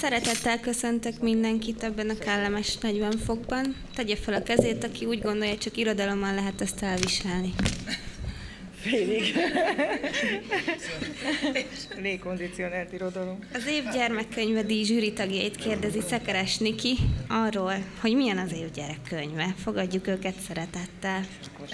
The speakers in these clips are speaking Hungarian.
Szeretettel köszöntök mindenkit ebben a kellemes 40 fokban. Tegye fel a kezét, aki úgy gondolja, csak irodalommal lehet ezt elviselni. Félig. Légkondicionált irodalom. Az év gyermekkönyvedíj zsűri tagjait kérdezi Szekeres Niki arról, hogy milyen az év gyerekkönyve. Fogadjuk őket szeretettel.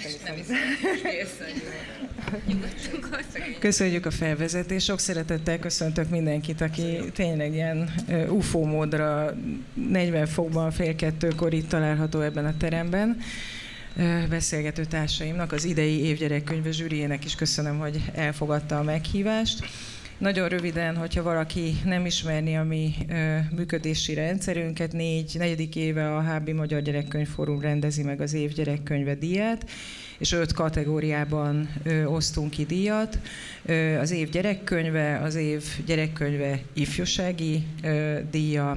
Köszönjük a felvezetést, sok szeretettel köszöntök mindenkit, aki tényleg ilyen UFO módra 40 fokban fél kettőkor itt található ebben a teremben. Beszélgető társaimnak, az idei évgyerekkönyve zsűriének is köszönöm, hogy elfogadta a meghívást. Nagyon röviden, hogyha valaki nem ismerni a mi működési rendszerünket, negyedik éve a HB Magyar Gyerekkönyvfórum rendezi meg az év gyerekkönyve díját, és 5 kategóriában osztunk ki díjat. Az év gyerekkönyve, az év gyerekkönyve ifjúsági díja,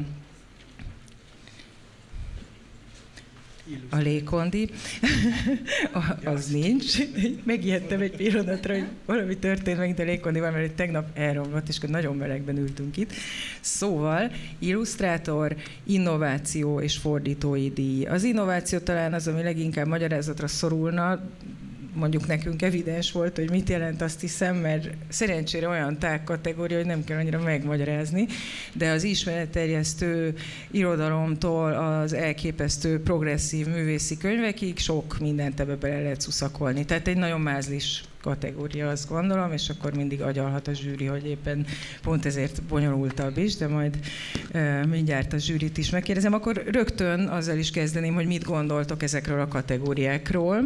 a légkondi, az nincs. Megijedtem egy pillanatra, hogy valami történt megint a légkondival, mert tegnap elromlott, és nagyon melegben ültünk itt. Szóval illusztrátor, innováció és fordítói díj. Az innováció talán az, ami leginkább magyarázatra szorulna, mondjuk nekünk evidens volt, hogy mit jelent, azt hiszem, mert szerencsére olyan tág kategória, hogy nem kell annyira megmagyarázni, de az ismeretterjesztő irodalomtól az elképesztő progresszív művészi könyvekig sok mindent ebbe bele lehet szuszakolni. Tehát egy nagyon mázlis kategória, azt gondolom, és akkor mindig agyalhat a zsűri, hogy éppen pont ezért bonyolultabb is, de majd mindjárt a zsűrit is megkérdezem. Akkor rögtön azzal is kezdeném, hogy mit gondoltok ezekről a kategóriákról.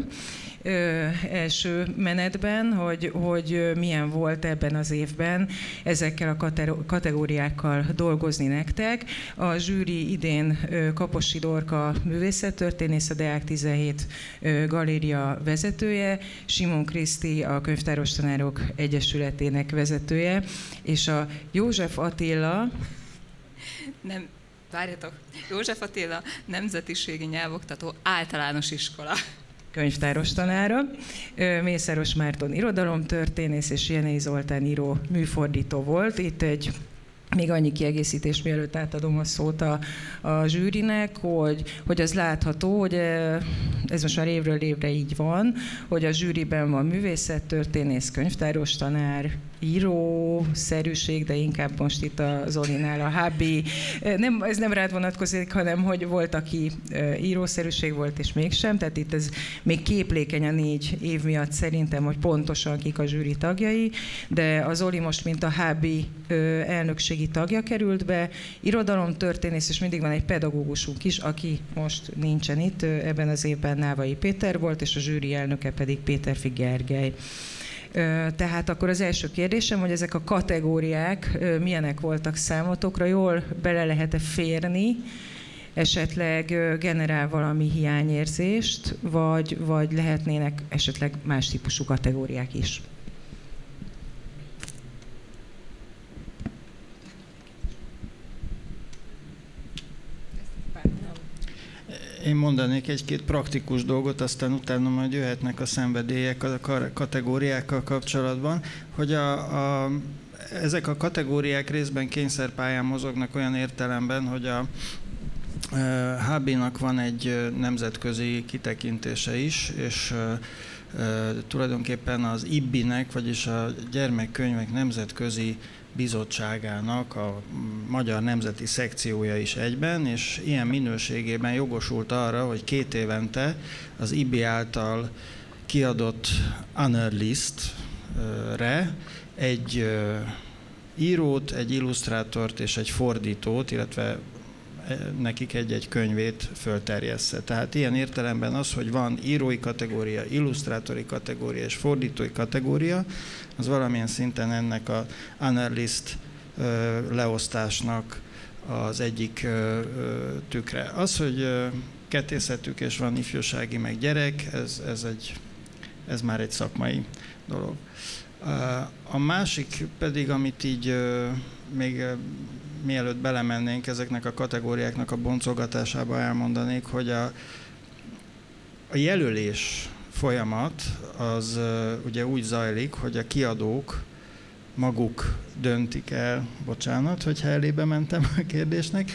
Első menetben, hogy milyen volt ebben az évben ezekkel a kategóriákkal dolgozni nektek. A zsűri idén Kaposi Dorka művészettörténész, a Deák 17 galéria vezetője, Simon Kriszti a Könyvtáros Tanárok Egyesületének vezetője, és a József Attila... Nem, várjatok. József Attila, Nemzetiségi Nyelvoktató Általános Iskola könyvtáros tanára, Mészáros Márton irodalomtörténész és Jenei Zoltán író műfordító volt. Itt még annyi kiegészítés, mielőtt átadom a szót a zsűrinek, hogy az látható, hogy ez most már évről évre így van, hogy a zsűriben van művészettörténész, könyvtáros tanár, írószerűség, de inkább most itt a Zolinál a HB. Ez nem rád vonatkozik, hanem hogy volt, aki írószerűség volt, és mégsem. Tehát itt ez még képlékeny a 4 év miatt szerintem, hogy pontosan kik a zsűri tagjai, de a Zoli most, mint a HB elnökségi tagja került be, irodalomtörténész, és mindig van egy pedagógusunk is, aki most nincsen itt, ebben az évben Návai Péter volt, és a zsűri elnöke pedig Péterfi Gergely. Tehát akkor az első kérdésem, hogy ezek a kategóriák milyenek voltak számotokra, jól bele lehet-e férni, esetleg generál valami hiányérzést, vagy lehetnének esetleg más típusú kategóriák is? Én mondanék egy-két praktikus dolgot, aztán utána majd jöhetnek a szenvedélyek a kategóriákkal kapcsolatban, hogy ezek a kategóriák részben kényszerpályán mozognak olyan értelemben, hogy a HB-nak van egy nemzetközi kitekintése is, és tulajdonképpen az IBBY-nek, vagyis a Gyermekkönyvek Nemzetközi Bizottságának a Magyar Nemzeti Szekciója is egyben, és ilyen minőségében jogosult arra, hogy 2 évente az IBBY által kiadott Honor List-re egy írót, egy illusztrátort és egy fordítót, illetve nekik egy-egy könyvét fölterjessze. Tehát ilyen értelemben az, hogy van írói kategória, illusztrátori kategória és fordítói kategória, az valamilyen szinten ennek a Honor List leosztásnak az egyik tükre. Az, hogy kettészhetük és van ifjúsági meg gyerek, ez már egy szakmai dolog. A másik pedig, amit így még mielőtt belemennénk ezeknek a kategóriáknak a boncolgatásába, elmondanék, hogy a jelölés folyamat az ugye úgy zajlik, hogy a kiadók maguk döntik el, bocsánat, hogyha elébe mentem a kérdésnek,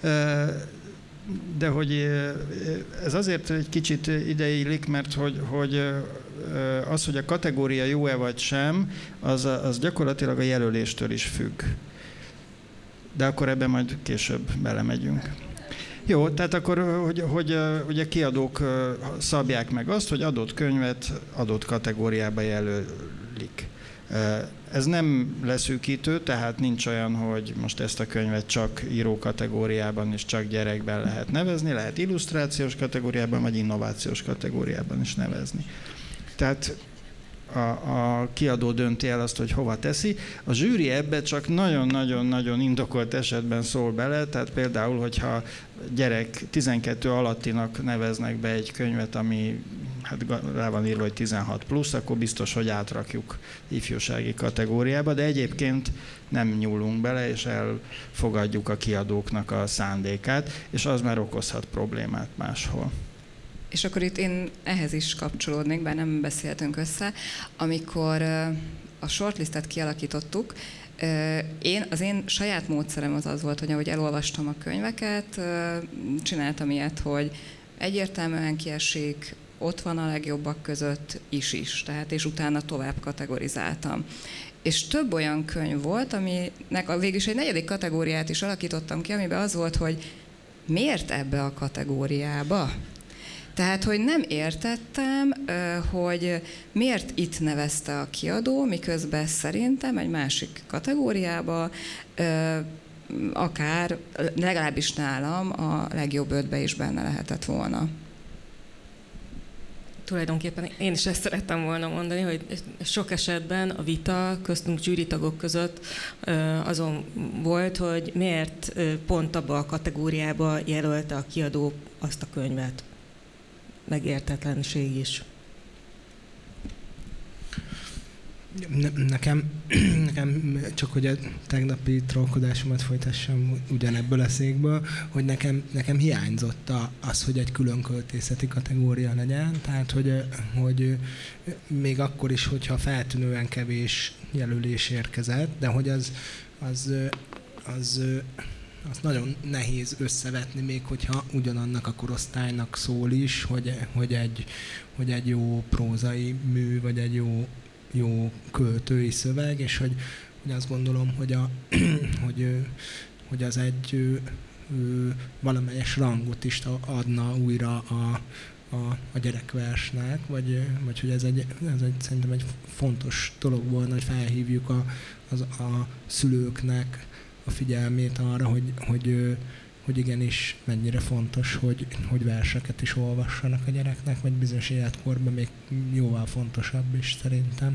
de hogy ez azért egy kicsit ideillik, mert hogy az, hogy a kategória jó-e vagy sem, az gyakorlatilag a jelöléstől is függ. De akkor ebben majd később belemegyünk. Jó, tehát akkor, hogy a kiadók szabják meg azt, hogy adott könyvet adott kategóriába jelölik. Ez nem leszűkítő, tehát nincs olyan, hogy most ezt a könyvet csak író kategóriában és csak gyerekben lehet nevezni, lehet illusztrációs kategóriában vagy innovációs kategóriában is nevezni. Tehát a kiadó dönti el azt, hogy hova teszi. A zsűri ebbe csak nagyon-nagyon-nagyon indokolt esetben szól bele, tehát például, hogyha gyerek 12 alattinak neveznek be egy könyvet, ami hát rá van írva, hogy 16 plusz, akkor biztos, hogy átrakjuk ifjúsági kategóriába, de egyébként nem nyúlunk bele, és elfogadjuk a kiadóknak a szándékát, és az már okozhat problémát máshol. És akkor itt én ehhez is kapcsolódnék, bár nem beszéltünk össze. Amikor a shortlistet kialakítottuk, az én saját módszerem az volt, hogy ahogy elolvastam a könyveket, csináltam ilyet, hogy egyértelműen kiesik, ott van a legjobbak között is. Tehát, és utána tovább kategorizáltam. És több olyan könyv volt, aminek végülis egy 4. kategóriát is alakítottam ki, amiben az volt, hogy miért ebbe a kategóriába? Tehát, hogy nem értettem, hogy miért itt nevezte a kiadó, miközben szerintem egy másik kategóriába, akár legalábbis nálam a legjobb 5-be is benne lehetett volna. Tulajdonképpen én is ezt szerettem volna mondani, hogy sok esetben a vita köztünk zsűritagok között azon volt, hogy miért pont abba a kategóriába jelölte a kiadó azt a könyvet. Megértetlenség is. Nekem csak, hogy a tegnapi trollkodásomat folytassam ugyanebből a székből, hogy nekem hiányzott az, hogy egy külön költészeti kategória legyen, tehát hogy még akkor is, hogyha feltűnően kevés jelölés érkezett, de hogy az nagyon nehéz összevetni, még hogyha ugyanannak a korosztálynak szól is, hogy egy jó prózai mű, vagy egy jó költői szöveg, és hogy azt gondolom, hogy az egy valamelyes rangot is adna újra a gyerekversnek, vagy hogy ez egy szerintem egy fontos dolog volna, hogy felhívjuk a szülőknek a figyelmét arra, hogy igenis mennyire fontos, hogy verseket is olvassanak a gyereknek, vagy bizonyos életkorban még jóval fontosabb is szerintem.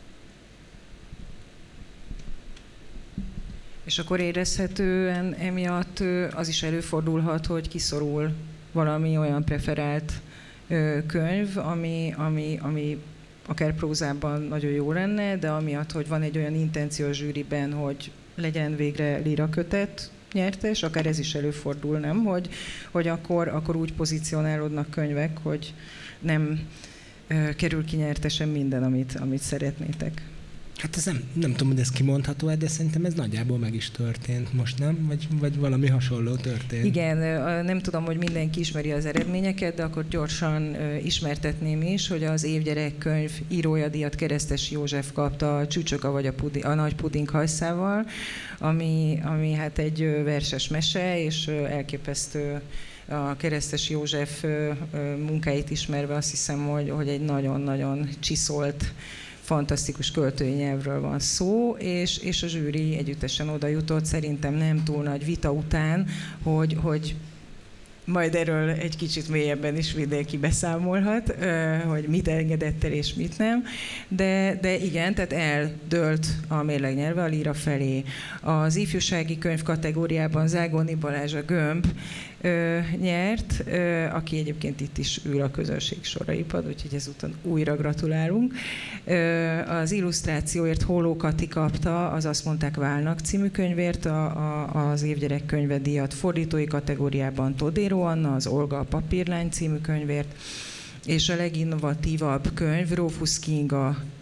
És akkor érezhetően emiatt az is előfordulhat, hogy kiszorul valami olyan preferált könyv, ami akár prózában nagyon jó lenne, de amiatt, hogy van egy olyan intenció a zsűriben, hogy legyen végre lírakötet nyertes, akár ez is előfordul, nem? Hogy akkor úgy pozícionálódnak könyvek, hogy nem kerül ki nyertesen minden, amit szeretnétek. Hát ez nem tudom, hogy ez kimondható, de szerintem ez nagyjából meg is történt most, nem? Vagy valami hasonló történt. Igen, nem tudom, hogy mindenki ismeri az eredményeket, de akkor gyorsan ismertetném is, hogy az évgyerekkönyv írója díjat Keresztes József kapta a Csücsöka vagy a Nagy Puding hajszával, ami hát egy verses mese, és elképesztő a Keresztes József munkáit ismerve azt hiszem, hogy egy nagyon-nagyon csiszolt, fantasztikus költői nyelvről van szó, és a zsűri együttesen oda jutott, szerintem nem túl nagy vita után, hogy majd erről egy kicsit mélyebben is mindenki beszámolhat, hogy mit engedett el és mit nem. De igen, tehát eldőlt a mérleg nyelve a líra felé. Az ifjúsági könyv kategóriában Zágóni Balázs a Gömb nyert, aki egyébként itt is ül a közönség soraiban, úgyhogy ezúton újra gratulálunk. Az illusztrációért Holló Kati kapta az Azt mondták válnak című könyvért az évgyerek könyve díjat, fordítói kategóriában Todéró Anna, az Olga a papírlány című könyvért, és a leginnovatívabb könyv Rófusz Kinga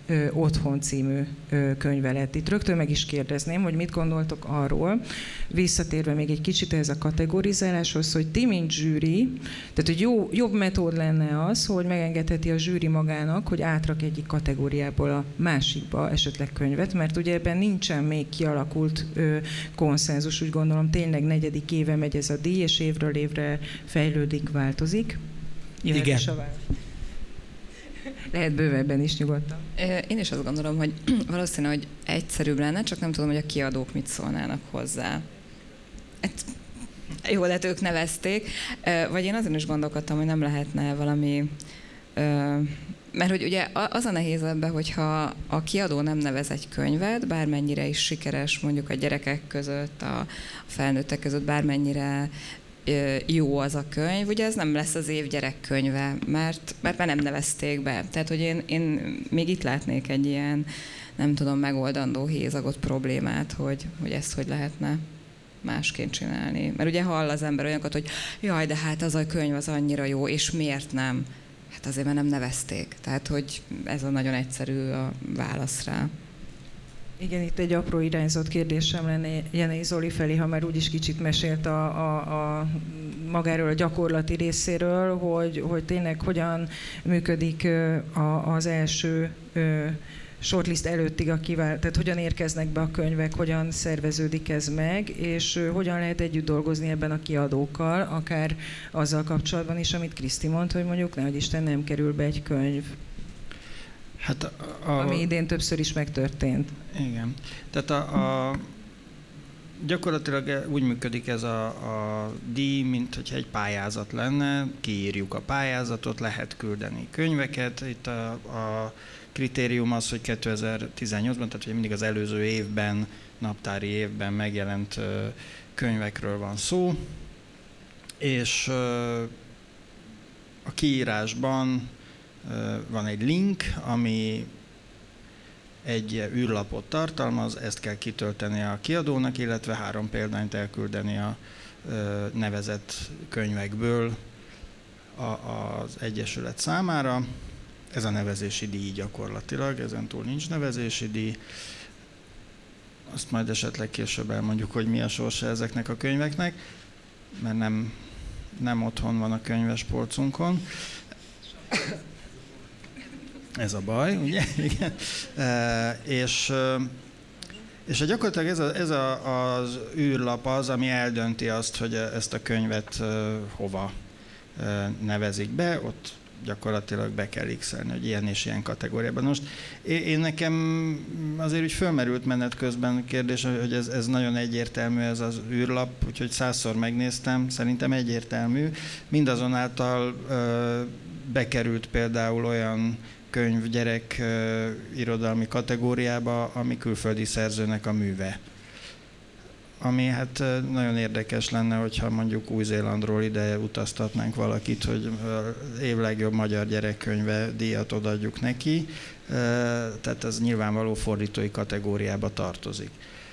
Otthon című könyve lett. Itt rögtön meg is kérdezném, hogy mit gondoltok arról, visszatérve még egy kicsit ehhez a kategorizáláshoz, hogy ti, mint zsűri, tehát hogy jobb metód lenne az, hogy megengedheti a zsűri magának, hogy átrak egyik kategóriából a másikba esetleg könyvet, mert ugye ebben nincsen még kialakult konszenzus, úgy gondolom tényleg 4. éve megy ez a díj, és évről évre fejlődik, változik. Jöhet Igen. is a válasz. Lehet bővebben is nyugodtan. Én is azt gondolom, hogy valószínű, hogy egyszerűbb lenne, csak nem tudom, hogy a kiadók mit szólnának hozzá. Jó, lehet ők nevezték. Vagy én azon is gondolkodtam, hogy nem lehetne valami... Mert hogy ugye az a nehéz ebben, hogyha a kiadó nem nevez egy könyvet, bármennyire is sikeres mondjuk a gyerekek között, a felnőttek között, bármennyire jó az a könyv, ugye ez nem lesz az év gyerekkönyve, mert nem nevezték be. Tehát, hogy én még itt látnék egy ilyen, nem tudom, megoldandó hézagot, problémát, hogy ezt hogy lehetne másként csinálni. Mert ugye hall az ember olyanokat, hogy jaj, de hát az a könyv az annyira jó, és miért nem? Hát azért, mert nem nevezték. Tehát, hogy ez a nagyon egyszerű a válasz rá. Igen, itt egy apró irányzott kérdésem lenne Jenei Zoli felé, ha már úgyis kicsit mesélt a magáról a gyakorlati részéről, hogy tényleg hogyan működik az első shortlist előttig tehát hogyan érkeznek be a könyvek, hogyan szerveződik ez meg, és hogyan lehet együtt dolgozni ebben a kiadókkal, akár azzal kapcsolatban is, amit Kriszti mondta, hogy mondjuk nehogy Isten nem kerül be egy könyv. Hát ami idén többször is megtörtént. Igen. Tehát gyakorlatilag úgy működik ez a díj, mint hogy egy pályázat lenne, kiírjuk a pályázatot, lehet küldeni könyveket. Itt a kritérium az, hogy 2018-ban, tehát hogy mindig az előző évben, naptári évben megjelent könyvekről van szó, és a kiírásban van egy link, ami egy űrlapot tartalmaz, ezt kell kitölteni a kiadónak, illetve 3 példányt elküldeni a nevezett könyvekből az Egyesület számára. Ez a nevezési díj gyakorlatilag, ezen túl nincs nevezési díj. Azt majd esetleg később elmondjuk, hogy mi a sorsa ezeknek a könyveknek, mert nem otthon van a könyvespolcunkon. Ez a baj, ugye? Igen. És gyakorlatilag ez az űrlap az, ami eldönti azt, hogy ezt a könyvet hova nevezik be, ott gyakorlatilag be kell x-elni, hogy ilyen és ilyen kategóriában. Most én nekem azért úgy fölmerült menet közben kérdés, hogy ez nagyon egyértelmű ez az űrlap, úgyhogy 100-szor megnéztem, szerintem egyértelmű. Mindazonáltal bekerült például olyan könyv gyerek irodalmi kategóriába, ami külföldi szerzőnek a műve. Ami hát nagyon érdekes lenne, hogyha mondjuk Új-Zélandról ide utaztatnánk valakit, hogy év legjobb magyar gyerekkönyve díjat odaadjuk neki. Tehát ez nyilvánvaló fordítói kategóriába tartozik.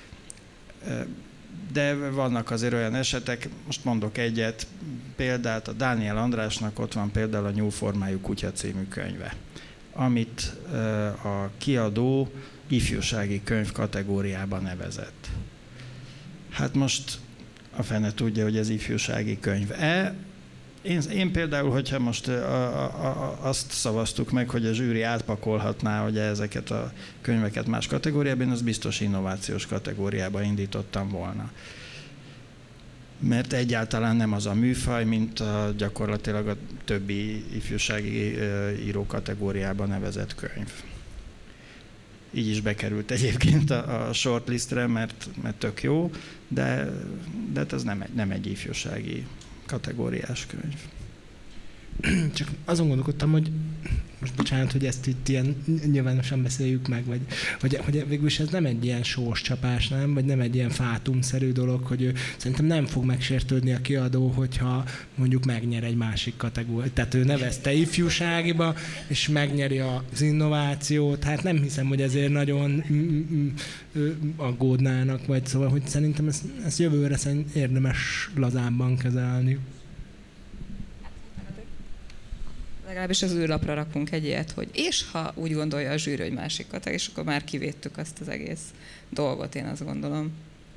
De vannak azért olyan esetek, most mondok egyet, példát, a Dániel Andrásnak ott van például a Nyúlformájú kutya című könyve, amit a kiadó ifjúsági könyv kategóriába nevezett. Hát most a fene tudja, hogy ez ifjúsági könyv-e. Én például, hogyha most azt szavaztuk meg, hogy a zsűri átpakolhatná ugye ezeket a könyveket más kategóriában, az biztos innovációs kategóriába indítottam volna. Mert egyáltalán nem az a műfaj, mint gyakorlatilag a többi ifjúsági író kategóriába nevezett könyv. Így is bekerült egyébként a shortlistre, mert tök jó, de ez nem egy ifjúsági kategóriás könyv. Csak azon gondolkodtam, hogy most bocsánat, hogy ezt itt ilyen nyilvánosan beszéljük meg, hogy végülis ez nem egy ilyen sós csapás, nem? Vagy nem egy ilyen fátumszerű dolog, hogy ő szerintem nem fog megsértődni a kiadó, hogyha mondjuk megnyer egy másik kategóriát. Tehát ő nevezte ifjúságiba, és megnyeri az innovációt. Hát nem hiszem, hogy ezért nagyon aggódnának, vagy szóval, hogy szerintem ezt jövőre érdemes lazábban kezelni. Legalábbis az űrlapra rakunk egy ilyet, hogy és ha úgy gondolja a zsűri, hogy másik kategória, és akkor már kivédtük azt az egész dolgot, én azt gondolom.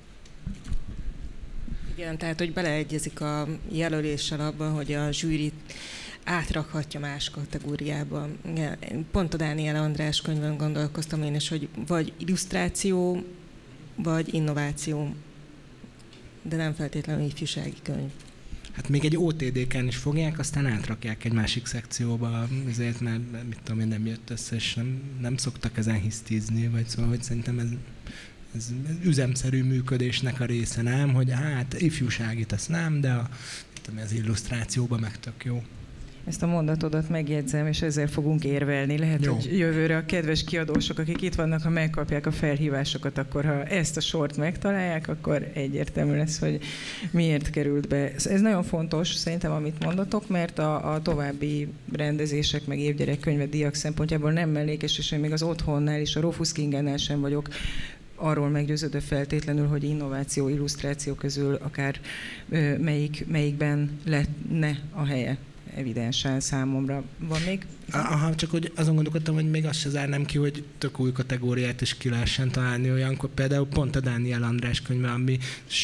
Igen, tehát hogy beleegyezik a jelöléssel abban, hogy a zsűri átrakhatja más kategóriába. Pont a Dániel András könyvön gondolkoztam én is, hogy vagy illusztráció, vagy innováció, de nem feltétlenül ifjúsági könyv. Hát még egy OTD-ken is fogják, aztán átrakják egy másik szekcióba, azért mert mit tudom én, nem jött össze, és nem szoktak ezen hisztizni, vagy szóval, hogy szerintem ez üzemszerű működésnek a része, nem? Hogy hát ifjúságit azt nem, de az illusztrációban meg tök jó. Ezt a mondatodat megjegyzem, és ezzel fogunk érvelni. Lehet, jó, hogy jövőre a kedves kiadósok, akik itt vannak, ha megkapják a felhívásokat, akkor ha ezt a sort megtalálják, akkor egyértelmű lesz, hogy miért került be. Ez nagyon fontos, szerintem, amit mondatok, mert a további rendezések, meg évgyerekkönyve díjak szempontjából nem mellékes, és én még az Otthonnál és a Rufus Kingánál sem vagyok arról meggyőződő feltétlenül, hogy innováció, illusztráció közül akár melyikben lenne a helye. Evidensen számomra. Van még? Aha, csak hogy azon gondolkodtam, hogy még azt se zárnám ki, hogy tök új kategóriát is ki lehessen találni olyankor. Például pont a Dániel András könyve, ami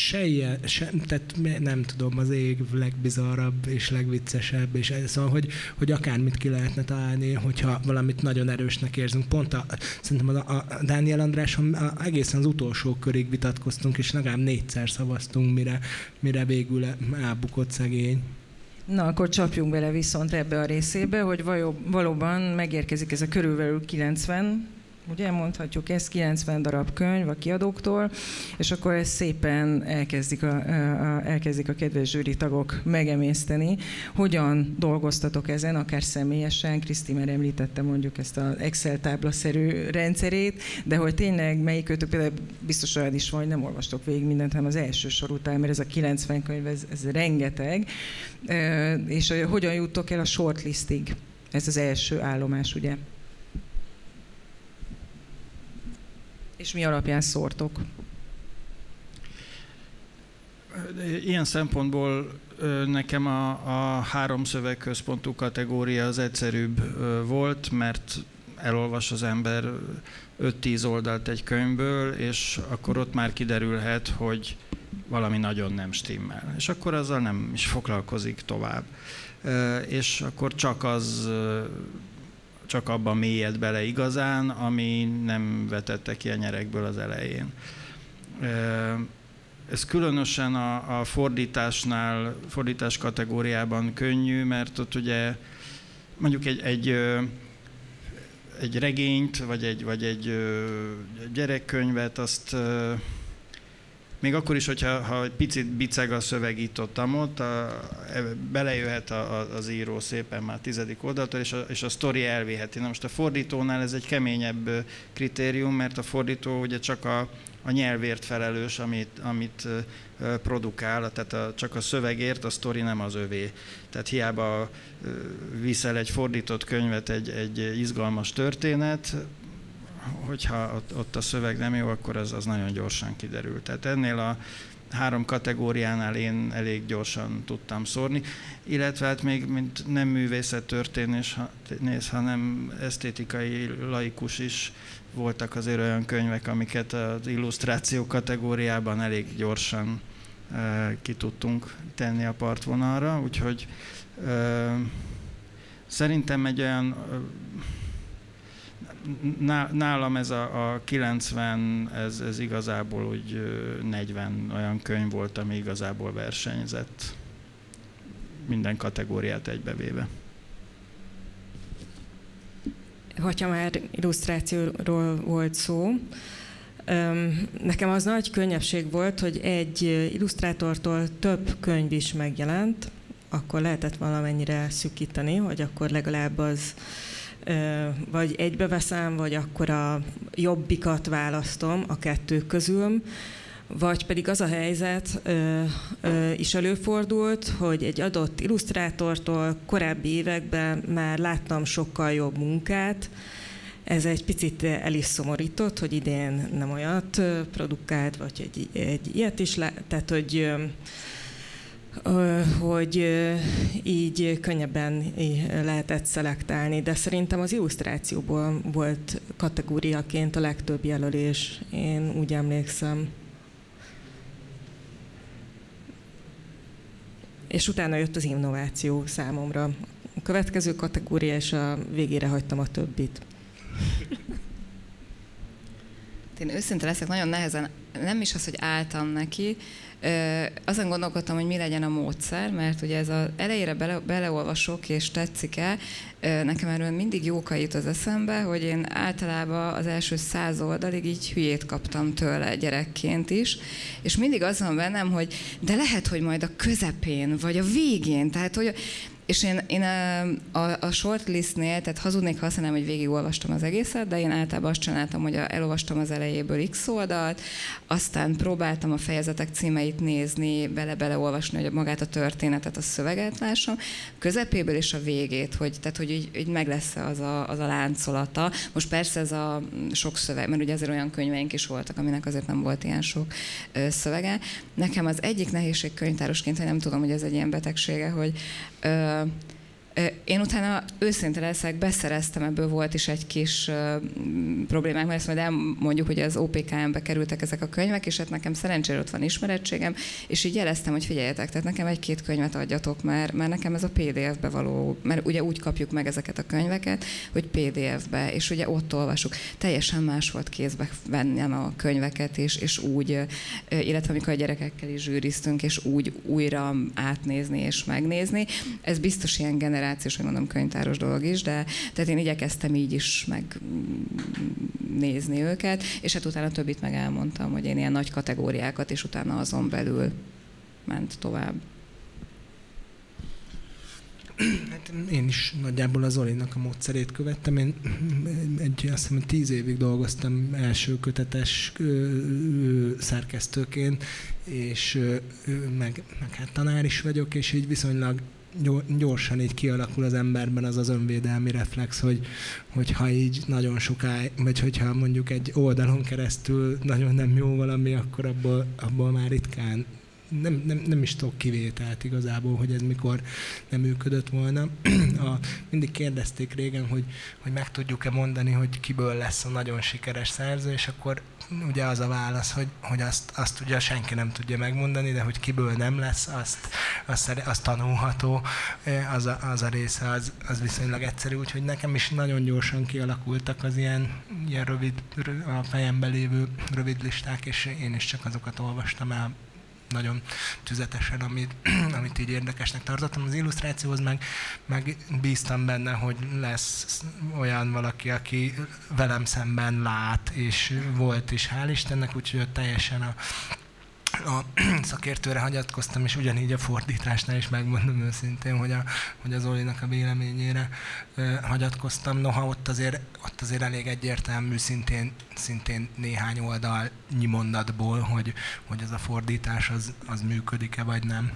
tehát nem tudom, az ég legbizarrabb és legviccesebb, és szóval, hogy akármit ki lehetne találni, hogyha valamit nagyon erősnek érzünk. Pont szerintem a Dániel Andráson egészen az utolsó körig vitatkoztunk, és legalább 4-szer szavaztunk, mire végül elbukott szegény. Na, akkor csapjunk bele viszont ebbe a részébe, hogy valóban megérkezik ez a körülbelül 90, ugye mondhatjuk ezt, 90 darab könyv a kiadóktól, és akkor ezt szépen elkezdik a kedves zsűri tagok megemészteni. Hogyan dolgoztatok ezen, akár személyesen? Kriszti már említette mondjuk ezt az Excel táblaszerű rendszerét, de hogy tényleg melyikőtök, például biztos olyan is van, hogy nem olvastok végig mindent, hanem az első sor után, mert ez a 90 könyv, ez rengeteg. És hogyan juttok el a shortlistig? Ez az első állomás, ugye? És mi alapján szórtok? Ilyen szempontból nekem a 3 szövegközpontú kategória az egyszerűbb volt, mert elolvas az ember 5-10 oldalt egy könyvből, és akkor ott már kiderülhet, hogy valami nagyon nem stimmel. És akkor azzal nem is foglalkozik tovább. És akkor csak abban mélyed bele igazán, ami nem vetette ki a nyerekből az elején. Ez különösen a fordítás kategóriában könnyű, mert ott ugye mondjuk egy regényt, vagy egy gyerekkönyvet, azt még akkor is, hogyha egy picit biceg a szöveg itt-ott, belejöhet az író szépen már 10. oldaltól, és a sztori elviheti. Na most a fordítónál ez egy keményebb kritérium, mert a fordító ugye csak a nyelvért felelős, amit produkál, tehát csak a szövegért, a sztori nem az övé. Tehát hiába viszel egy fordított könyvet, egy izgalmas történet, hogyha ott a szöveg nem jó, akkor az nagyon gyorsan kiderül. Tehát ennél a 3 kategóriánál én elég gyorsan tudtam szórni, illetve hát még mint nem művészettörténész, hanem esztétikai laikus is voltak azért olyan könyvek, amiket az illusztráció kategóriában elég gyorsan ki tudtunk tenni a partvonalra, úgyhogy szerintem egy olyan nálam ez a 90, ez igazából úgy 40 olyan könyv volt, ami igazából versenyzett. Minden kategóriát egybevéve. Hogyha már illusztrációról volt szó, nekem az nagy könnyebbség volt, hogy egy illusztrátortól több könyv is megjelent, akkor lehetett valamennyire szűkíteni, hogy akkor legalább az vagy egybeveszem, vagy akkor a jobbikat választom a 2 közül, vagy pedig az a helyzet is előfordult, hogy egy adott illusztrátortól korábbi években már láttam sokkal jobb munkát. Ez egy picit el is szomorított, hogy idén nem olyat produkált, vagy egy ilyet is tehát hogy hogy így könnyebben lehetett szelektálni, de szerintem az illusztrációból volt kategóriaként a legtöbb jelölés, én úgy emlékszem. És utána jött az innováció számomra. A következő kategória, és a végére hagytam a többit. Én őszinte leszek, nagyon nehezen, nem is az, hogy álltam neki, azon gondolkodtam, hogy mi legyen a módszer, mert ugye ez az elejére beleolvasok és tetszik-e, nekem erről mindig jóka jut az eszembe, hogy én általában az első 100 oldalig így hülyét kaptam tőle gyerekként is, és mindig az van bennem, hogy de lehet, hogy majd a közepén, vagy a végén, tehát hogy és én a shortlistnél, tehát hazudnék, ha azt mondanám, hogy végigolvastam az egészet, de én általában azt csináltam, hogy elolvastam az elejéből X oldalt, aztán próbáltam a fejezetek címeit nézni, beleolvasni, hogy magát a történetet, a szöveget lássam, közepéből és a végét, tehát hogy így meg lesz az a láncolata. Most persze ez a sok szöveg, mert ugye azért olyan könyveink is voltak, aminek azért nem volt ilyen sok szövege. Nekem az egyik nehézség könyvtárosként, hogy nem tudom, hogy ez egy ilyen betegsége, hogy én utána őszinte leszek, beszereztem, ebből volt is egy kis problémák, mert ezt majd elmondjuk, hogy az OPKM-be kerültek ezek a könyvek, és hát nekem szerencsére ott van ismerettségem, és így jeleztem, hogy figyeljetek, tehát nekem 1-2 könyvet adjatok, mert nekem ez a PDF-be való, mert ugye úgy kapjuk meg ezeket a könyveket, hogy PDF-be, és ugye ott olvasjuk. Teljesen más volt kézbe vennem a könyveket, és úgy, illetve amikor a gyerekekkel is zsűriztünk, és úgy újra átnézni és megnézni. Ez biztos ilyen generációs, hogy mondom, könyvtáros dolog is, de tehát én igyekeztem így is megnézni őket, és hát utána többit meg elmondtam, hogy én ilyen nagy kategóriákat, és utána azon belül ment tovább. Hát én is nagyjából az Zolinak a módszerét követtem. Én azt hiszem, 10 évig dolgoztam első kötetes szerkesztőként, és meg hát tanár is vagyok, és így viszonylag gyorsan így kialakul az emberben az önvédelmi reflex, hogy ha így nagyon sokáig, vagy hogyha mondjuk egy oldalon keresztül nagyon nem jó valami, akkor abból már ritkán nem is tudok kivételt igazából, hogy ez mikor nem működött volna. Mindig kérdezték régen, hogy meg tudjuk-e mondani, hogy kiből lesz a nagyon sikeres szerző, és akkor ugye az a válasz, hogy azt ugye senki nem tudja megmondani, de hogy kiből nem lesz, azt tanulható, az a része az viszonylag egyszerű, úgyhogy nekem is nagyon gyorsan kialakultak az ilyen rövid, a fejemben lévő rövid listák, és én is csak azokat olvastam el nagyon tüzetesen, amit így érdekesnek tartottam. Az illusztrációhoz meg bíztam benne, hogy lesz olyan valaki, aki velem szemben lát, és volt is, hál' Istennek, úgyhogy teljesen a szakértőre hagyatkoztam, és ugyanígy a fordításnál is megmondom őszintén, hogy az Zolinak a véleményére hagyatkoztam. Noha ott azért elég egyértelmű, szintén néhány oldalnyi mondatból, hogy ez a fordítás az működik-e, vagy nem.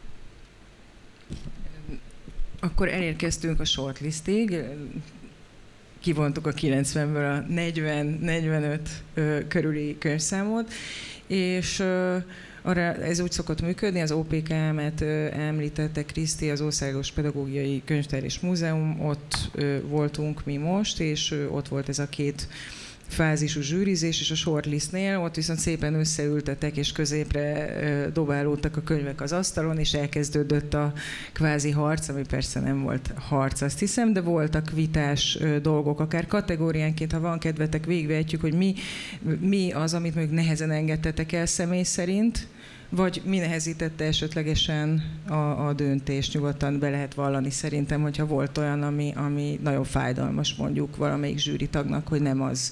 Akkor elérkeztünk a shortlistig. Kivontuk a 90-ből a 40-45 körüli könyvszámot, és arra ez úgy szokott működni, az OPKM-et említette Kriszti, az Országos Pedagógiai Könyvtár és Múzeum, ott voltunk mi most, és ott volt ez a 2 fázisú zsűrizés, és a shortlistnél ott viszont szépen összeültetek, és középre dobálódtak a könyvek az asztalon, és elkezdődött a kvázi harc, ami persze nem volt harc, azt hiszem, de voltak vitás dolgok, akár kategóriánként, ha van kedvetek, végigvehetjük, hogy mi az, amit még nehezen engedtetek el személy szerint, vagy mi nehezítette esetlegesen a döntést, nyugodtan be lehet vallani szerintem, hogyha volt olyan, ami nagyon fájdalmas mondjuk valamelyik zsűritagnak, hogy nem az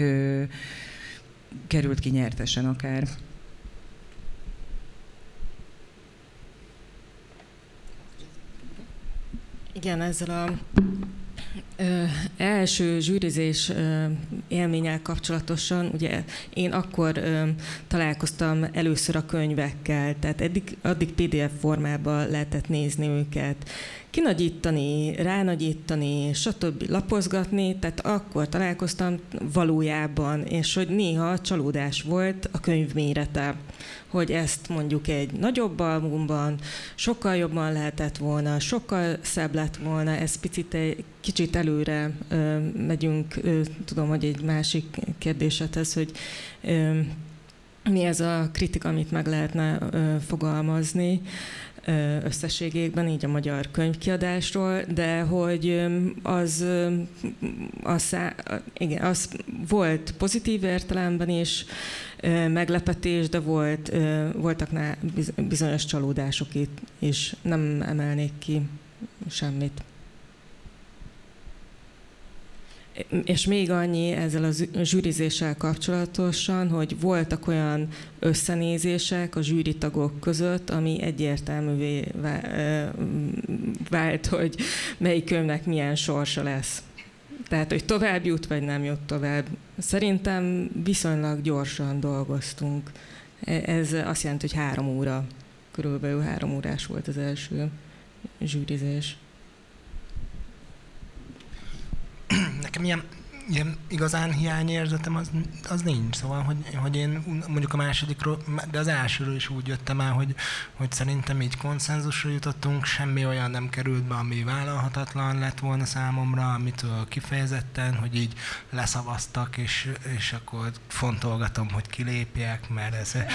került ki nyertesen akár. Igen, ezzel a első zsűrizés élménnyel kapcsolatosan, ugye én akkor találkoztam először a könyvekkel, tehát addig PDF formában lehetett nézni őket, kinagyítani, ránagyítani, stb. Lapozgatni, tehát akkor találkoztam valójában, és hogy néha csalódás volt a könyv mérete, hogy ezt mondjuk egy nagyobb albumban sokkal jobban lehetett volna, sokkal szebb lett volna, ez kicsit előre megyünk, tudom, hogy egy másik kérdésedhez, hogy mi ez a kritika, amit meg lehetne fogalmazni összességében, így a magyar könyvkiadásról, de hogy az volt pozitív értelemben is meglepetés, de voltak bizonyos csalódások itt, és nem emelnék ki semmit. És még annyi ezzel a zsűrizéssel kapcsolatosan, hogy voltak olyan összenézések a zsűritagok között, ami egyértelművé vált, hogy melyik könyvnek milyen sorsa lesz. Tehát, hogy tovább jut, vagy nem jut tovább. Szerintem viszonylag gyorsan dolgoztunk. Ez azt jelenti, hogy 3 óra, körülbelül 3 órás volt az első zsűrizés. Nekem ilyen igazán hiányérzetem az nincs. Szóval, hogy én mondjuk a másodikról, de az elsőről is úgy jöttem el, hogy szerintem így konszenzusra jutottunk, semmi olyan nem került be, ami vállalhatatlan lett volna számomra, amitől kifejezetten, hogy így leszavaztak, és akkor fontolgatom, hogy kilépjek, mert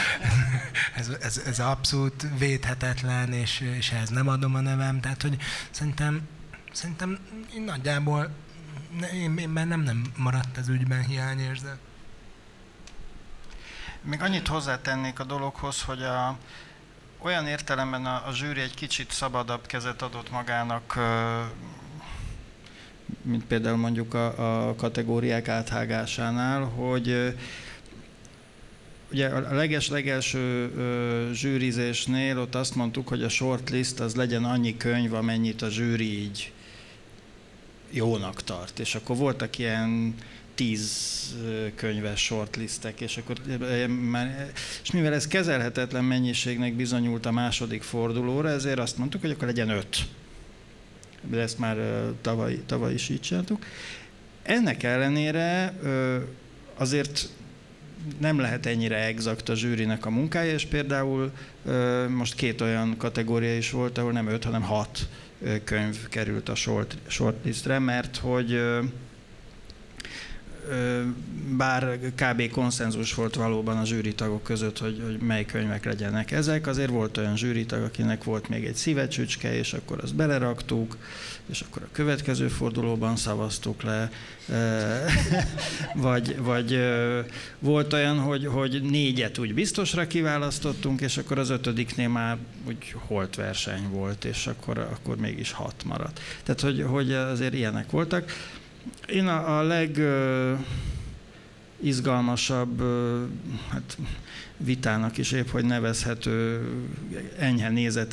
ez abszolút védhetetlen, és ehhez nem adom a nevem. Tehát, hogy szerintem nagyjából én nem maradt az ügyben hiányérzet. Még annyit hozzátennék a dologhoz, hogy olyan értelemben a zsűri egy kicsit szabadabb kezet adott magának, mint például mondjuk a kategóriák áthágásánál, hogy ugye a legelső zsűrizésnél ott azt mondtuk, hogy a shortlist az legyen annyi könyv, amennyit a zsűri így jónak tart. És akkor voltak ilyen 10 könyves shortlistek, és mivel ez kezelhetetlen mennyiségnek bizonyult a második fordulóra, ezért azt mondtuk, hogy akkor legyen 5. De ezt már tavaly is így csináltuk. Ennek ellenére azért nem lehet ennyire exakt a zsűrinek a munkája, és például most 2 olyan kategória is volt, ahol nem 5, hanem 6 könyv került a shortlistre, mert hogy bár kb. Konszenzus volt valóban a zsűritagok között, hogy mely könyvek legyenek ezek, azért volt olyan zsűritag, akinek volt még egy szívecsücske, és akkor azt beleraktuk, és akkor a következő fordulóban szavaztuk le. vagy volt olyan, hogy 4-et úgy biztosra kiválasztottunk, és akkor az 5-nél már úgy holt verseny volt, és akkor mégis 6 maradt. Tehát, hogy azért ilyenek voltak. Én a legizgalmasabb vitának is épp, hogy nevezhető enyhe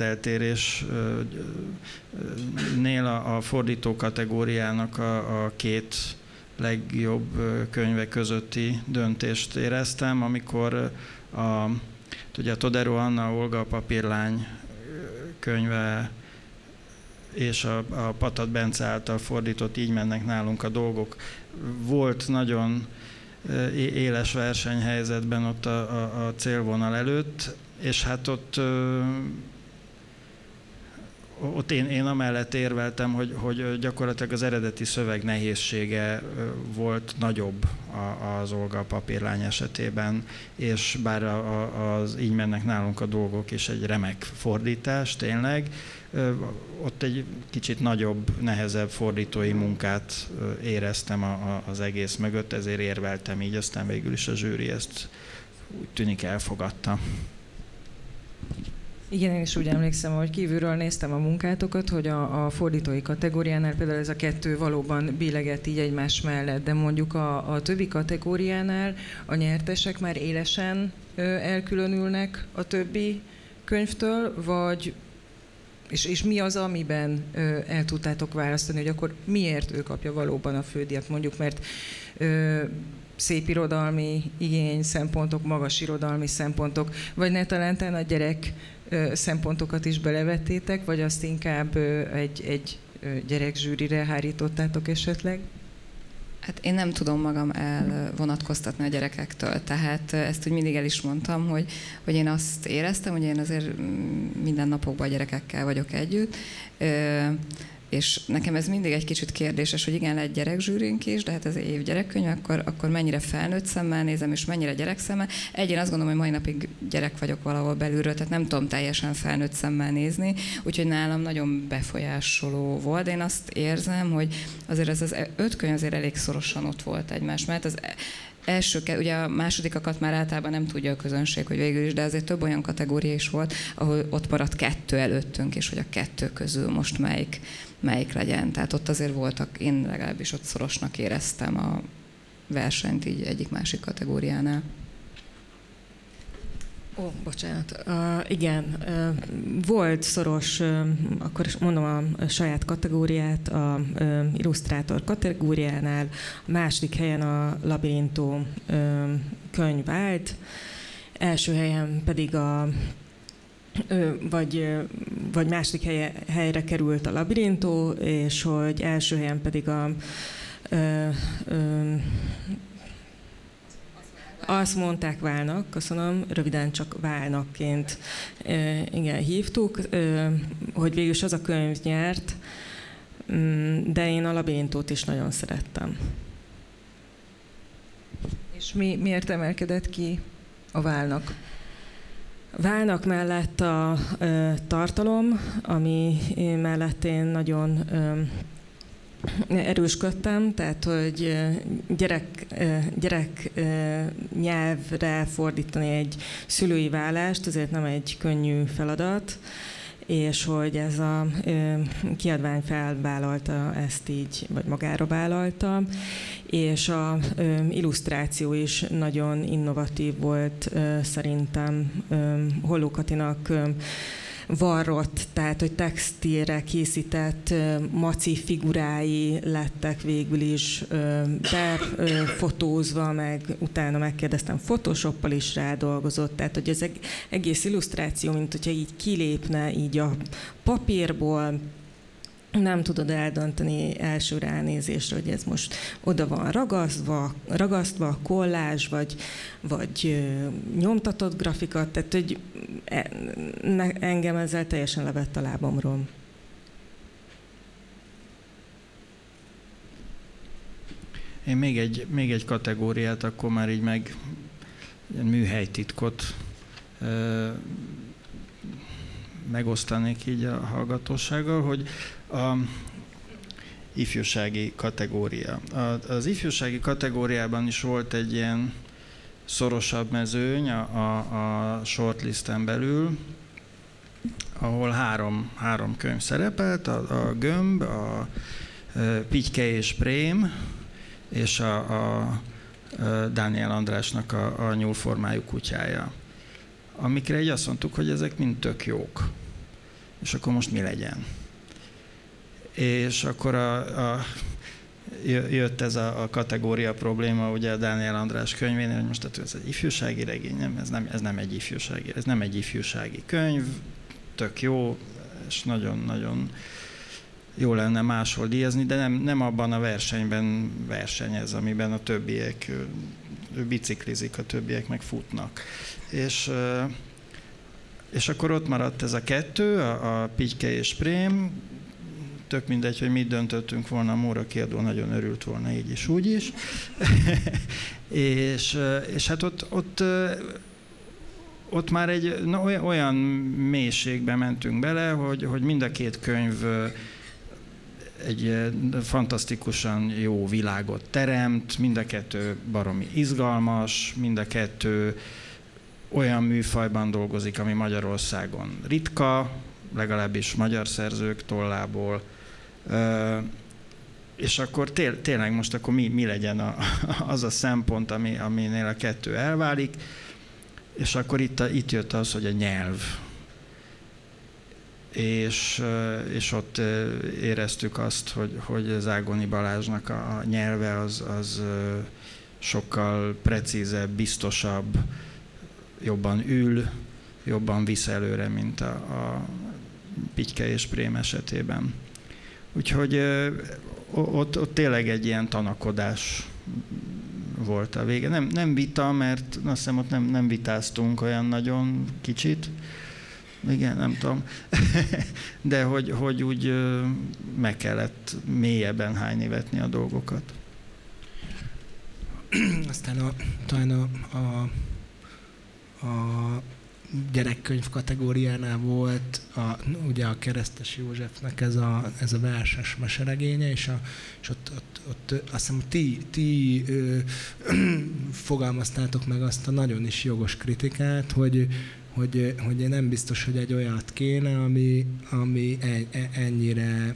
nézeteltérésnél a fordító kategóriának a 2 legjobb könyve közötti döntést éreztem, amikor ugye a Todero Anna, Olga a papírlány könyve és a Patat Bence által fordított Így mennek nálunk a dolgok volt nagyon éles versenyhelyzetben ott a célvonal előtt, és hát ott én amellett érveltem, hogy gyakorlatilag az eredeti szöveg nehézsége volt nagyobb az Olga a papírlány esetében, és bár az Így mennek nálunk a dolgok is egy remek fordítás, tényleg, ott egy kicsit nagyobb, nehezebb fordítói munkát éreztem az egész mögött, ezért érveltem így, aztán végül is a zsűri ezt úgy tűnik elfogadta. Igen, én is úgy emlékszem, hogy kívülről néztem a munkátokat, hogy a fordítói kategóriánál például ez a 2 valóban billegett így egymás mellett, de mondjuk a többi kategóriánál a nyertesek már élesen elkülönülnek a többi könyvtől, vagy És mi az, amiben el tudtátok választani, hogy akkor miért ő kapja valóban a fődíjat, mondjuk, mert szép irodalmi igény szempontok, magas irodalmi szempontok, vagy ne talán a gyerek szempontokat is belevettétek, vagy azt inkább egy gyerekzsűrire hárítottátok esetleg? Hát én nem tudom magam elvonatkoztatni a gyerekektől, tehát ezt úgy mindig el is mondtam, hogy én azt éreztem, hogy én azért minden napokban a gyerekekkel vagyok együtt, és nekem ez mindig egy kicsit kérdéses, hogy igen, lehet gyerekzsűrink is, de hát ez év gyerekkönyv, akkor mennyire felnőtt szemmel nézem, és mennyire gyerek szemmel. Én azt gondolom, hogy mai napig gyerek vagyok valahol belülről, tehát nem tudom teljesen felnőtt szemmel nézni, úgyhogy nálam nagyon befolyásoló volt. Én azt érzem, hogy azért ez az 5 könyv azért elég szorosan ott volt egymás mellett. Az ugye a másodikakat már általában nem tudja a közönség, hogy végül is, de azért több olyan kategória is volt, ahol ott maradt 2 előttünk, és hogy a 2 közül most melyik legyen. Tehát ott azért voltak, én legalábbis ott szorosnak éreztem a versenyt így egyik-másik kategóriánál. Ó, bocsánat. Igen, volt szoros, akkor is mondom a saját kategóriát, a illusztrátor kategóriánál, a második helyen a Labirintó könyv állt, első helyen pedig vagy második helyre került a Labirintó, és hogy első helyen pedig azt mondták Válnak, köszönöm, röviden csak Válnakként igen, hívtuk, hogy végül is az a könyv nyert, de én a Labirintót is nagyon szerettem. És miért emelkedett ki a Válnak? Válnak mellett a tartalom, ami mellett én nagyon erősködtem, tehát hogy gyerek nyelvre fordítani egy szülői vállást, azért nem egy könnyű feladat, és hogy ez a kiadvány felvállalta ezt így, vagy magára vállalta, és a illusztráció is nagyon innovatív volt szerintem. Holló Katinak varrott, tehát hogy textilre készített maci figurái lettek végül is befotózva, meg utána megkérdeztem, Photoshoppal is rádolgozott, tehát hogy az egész illusztráció, mint hogyha így kilépne így a papírból, nem tudod eldönteni első ránézésre, hogy ez most oda van ragasztva kollázs, vagy nyomtatott grafika, tehát hogy engem ezzel teljesen levett a lábamról. Én még egy kategóriát akkor már így meg műhelytitkot megosztanék így a hallgatósággal, hogy a ifjúsági kategória. Az ifjúsági kategóriában is volt egy ilyen szorosabb mezőny a shortlisten belül, ahol három könyv szerepelt, a Gömb, a Pityke és Prém, és a Dániel Andrásnak a Nyúlformájú kutyája. Amikre így azt mondtuk, hogy ezek mind tök jók. És akkor most mi legyen? És akkor jött ez a kategória probléma, ugye a Dániel András könyvénél, hogy most ez egy ifjúsági regény, ez nem egy ifjúsági könyv, tök jó, és nagyon-nagyon jó lenne máshol díjazni, de nem abban a versenyben versenyez, amiben a többiek biciklizik, a többiek meg futnak. És akkor ott maradt ez a 2, a Pityke és Prém, tök mindegy, hogy mit döntöttünk volna, a Móra kiadó nagyon örült volna így is, úgy is. és hát ott már egy olyan mélységbe mentünk bele, hogy mind a 2 könyv egy fantasztikusan jó világot teremt, mind a 2 baromi izgalmas, mind a 2 olyan műfajban dolgozik, ami Magyarországon ritka, legalábbis magyar szerzők tollából. És akkor tényleg most akkor mi legyen az a szempont, aminél a 2 elválik, és akkor itt jött az, hogy a nyelv. és ott éreztük azt, hogy Zágoni Balázsnak a nyelve az sokkal precízebb, biztosabb, jobban ül, jobban visz előre, mint a Pityke és Prém esetében. Úgyhogy ott tényleg egy ilyen tanakodás volt a vége. Nem vita, mert azt hiszem ott nem vitáztunk olyan nagyon kicsit. Igen, nem tudom. De hogy úgy meg kellett mélyebben hánynivetni a dolgokat. Aztán talán a gyerekkönyv kategóriánál volt ugye a Keresztes Józsefnek ez a verses meseregénye, és ott azt hiszem, ti fogalmaztátok meg azt a nagyon is jogos kritikát, hogy nem biztos, hogy egy olyat kéne, ami ennyire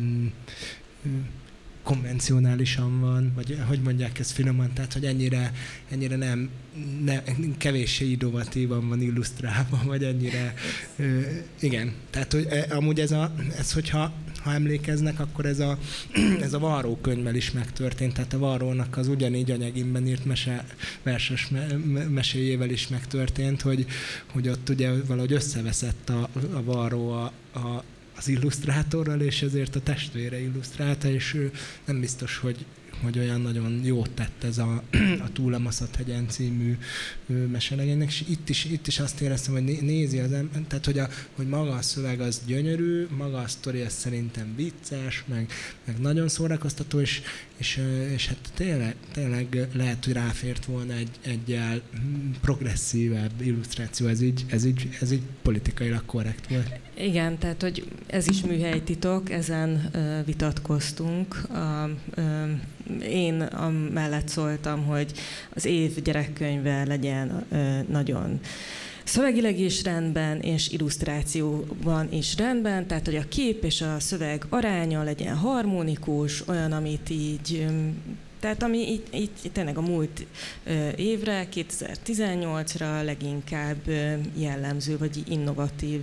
konvencionálisan van, vagy hogy mondják ezt finoman, tehát hogy ennyire nem kevéssé innovatívan van illusztrálva, vagy ennyire igen. Tehát hogy amúgy ez hogyha emlékeznek, akkor ez a Varró könyvvel is megtörtént, tehát a Varrónak az ugyanígy anyagimben írt verses meséjével is megtörtént, hogy ott ugye valahogy összeveszett a Varró az illusztrátorral, és ezért a testvére illusztrálta, és ő nem biztos, hogy olyan nagyon jót tett ez a Túlamaszat hegyen című meseregénynek, és itt is azt éreztem, hogy nézi az ember, tehát hogy maga a szöveg az gyönyörű, maga a sztori az szerintem vicces, meg nagyon szórakoztató, és hát tényleg lehet, hogy ráfért volna egy progresszívebb illusztráció, ez így politikailag korrekt volt. Igen, tehát hogy ez is műhelytitok, ezen vitatkoztunk. Én mellett szóltam, hogy az év gyerekkönyve legyen nagyon szövegileg is rendben, és illusztrációban is rendben, tehát hogy a kép és a szöveg aránya legyen harmonikus, olyan, amit így... Tehát ami így tényleg a múlt évre, 2018-ra leginkább jellemző, vagy innovatív.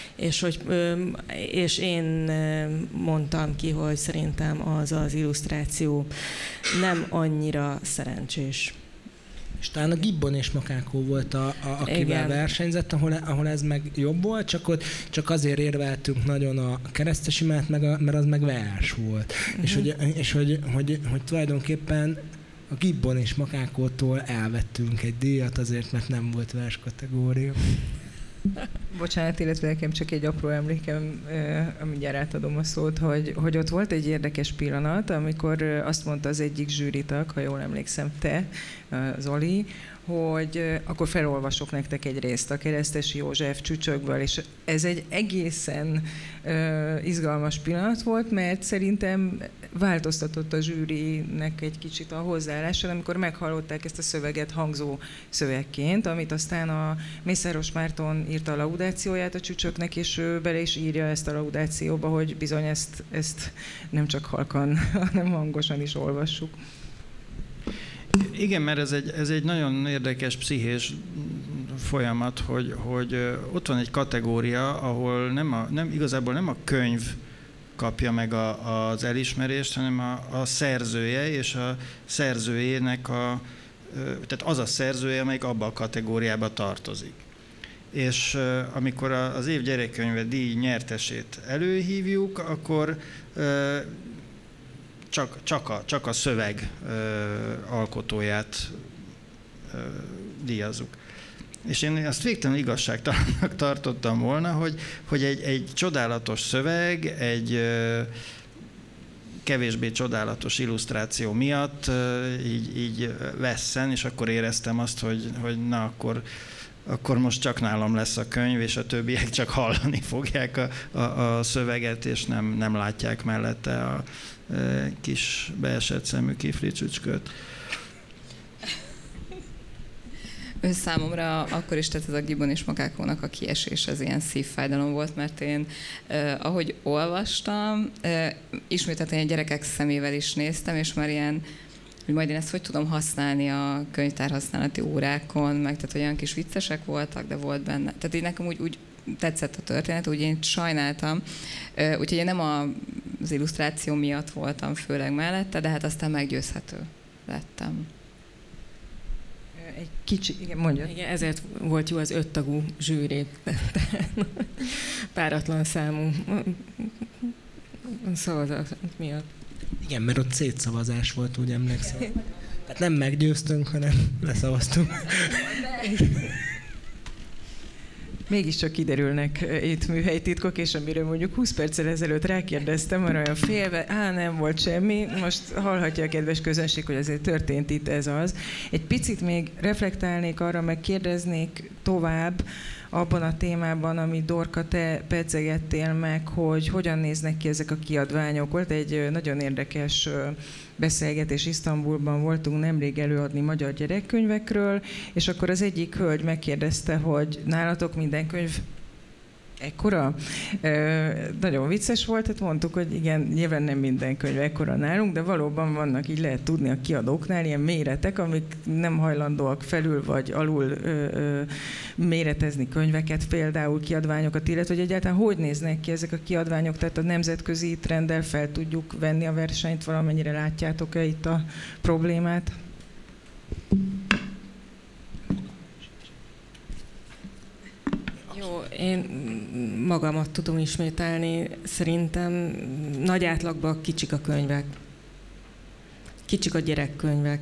És én mondtam ki, hogy szerintem az illusztráció nem annyira szerencsés. És talán a Gibbon és Makákó volt, akivel versenyzett, ahol ez meg jobb volt, csak azért érveltünk nagyon a Keresztesi mellett, mert az meg vers volt. Uh-huh. És hogy tulajdonképpen a Gibbon és Makákótól elvettünk egy díjat azért, mert nem volt vers kategória. Bocsánat, illetve nekem csak egy apró emlékem, mindjárt átadom a szót, hogy ott volt egy érdekes pillanat, amikor azt mondta az egyik zsűritag, ha jól emlékszem, te, Zoli, hogy akkor felolvasok nektek egy részt a Keresztesi József Csücsökből, és ez egy egészen izgalmas pillanat volt, mert szerintem változtatott a zsűrinek egy kicsit a hozzáállással, amikor meghallották ezt a szöveget hangzó szövegként, amit aztán a Mészáros Márton írta a laudációját a Csücsöknek, és ő bele is írja ezt a laudációba, hogy bizony ezt nem csak halkan, hanem hangosan is olvassuk. Igen, mert ez egy nagyon érdekes pszichés folyamat, hogy ott van egy kategória, ahol igazából nem a könyv kapja meg az elismerést, hanem a szerzője, és a szerzőjének tehát az a szerzője, amelyik abba a kategóriába tartozik. És amikor az év gyerekkönyve díj nyertesét előhívjuk, akkor csak a szöveg alkotóját díjazzuk. És én azt végtelenül igazságtalannak tartottam volna, hogy egy csodálatos szöveg, egy kevésbé csodálatos illusztráció miatt így vesszen, és akkor éreztem azt, hogy na akkor most csak nálam lesz a könyv, és a többiek csak hallani fogják a szöveget, és nem látják mellette a kis beesett szemű kifli csücsköt. Számomra akkor is tett ez a Gibbon és Makákónak a kiesés, ez ilyen szívfájdalom volt, mert én, ahogy olvastam, ismételten a gyerekek szemével is néztem, és már ilyen, hogy majd én ezt hogy tudom használni a könyvtárhasználati órákon, meg tehát olyan kis viccesek voltak, de volt benne. Tehát így nekem úgy tetszett a történet, úgy én sajnáltam. Úgyhogy én nem az illusztráció miatt voltam főleg mellette, de hát aztán meggyőzhető lettem. Egy kicsi, igen, mondja. Igen, ezért volt jó az 5 tagú zsűri, páratlan számú szavazat miatt. Igen, mert ott szétszavazás volt, úgy emlékszem. Tehát nem meggyőztünk, hanem leszavaztunk. Mégiscsak kiderülnek itt műhelytitkok, és amiről mondjuk 20 perccel ezelőtt rákérdeztem, arra olyan félve, nem volt semmi, most hallhatja a kedves közönség, hogy azért történt itt ez az. Egy picit még reflektálnék arra, meg kérdeznék tovább abban a témában, amit Dorka, te pedzegettél meg, hogy hogyan néznek ki ezek a kiadványok. Volt egy nagyon érdekes beszélgetés, Isztambulban voltunk nemrég előadni magyar gyerekkönyvekről, és akkor az egyik hölgy megkérdezte, hogy nálatok minden könyv ekkora? Nagyon vicces volt, hát mondtuk, hogy igen, nyilván nem minden könyv ekkora nálunk, de valóban vannak, így lehet tudni a kiadóknál ilyen méretek, amik nem hajlandóak felül vagy alul méretezni könyveket, például kiadványokat, illetve hogy egyáltalán hogy néznek ki ezek a kiadványok, tehát a nemzetközi trenddel fel tudjuk venni a versenyt, valamennyire látjátok-e itt a problémát? Jó, én magamat tudom ismételni. Szerintem nagy átlagban kicsik a könyvek. Kicsik a gyerekkönyvek.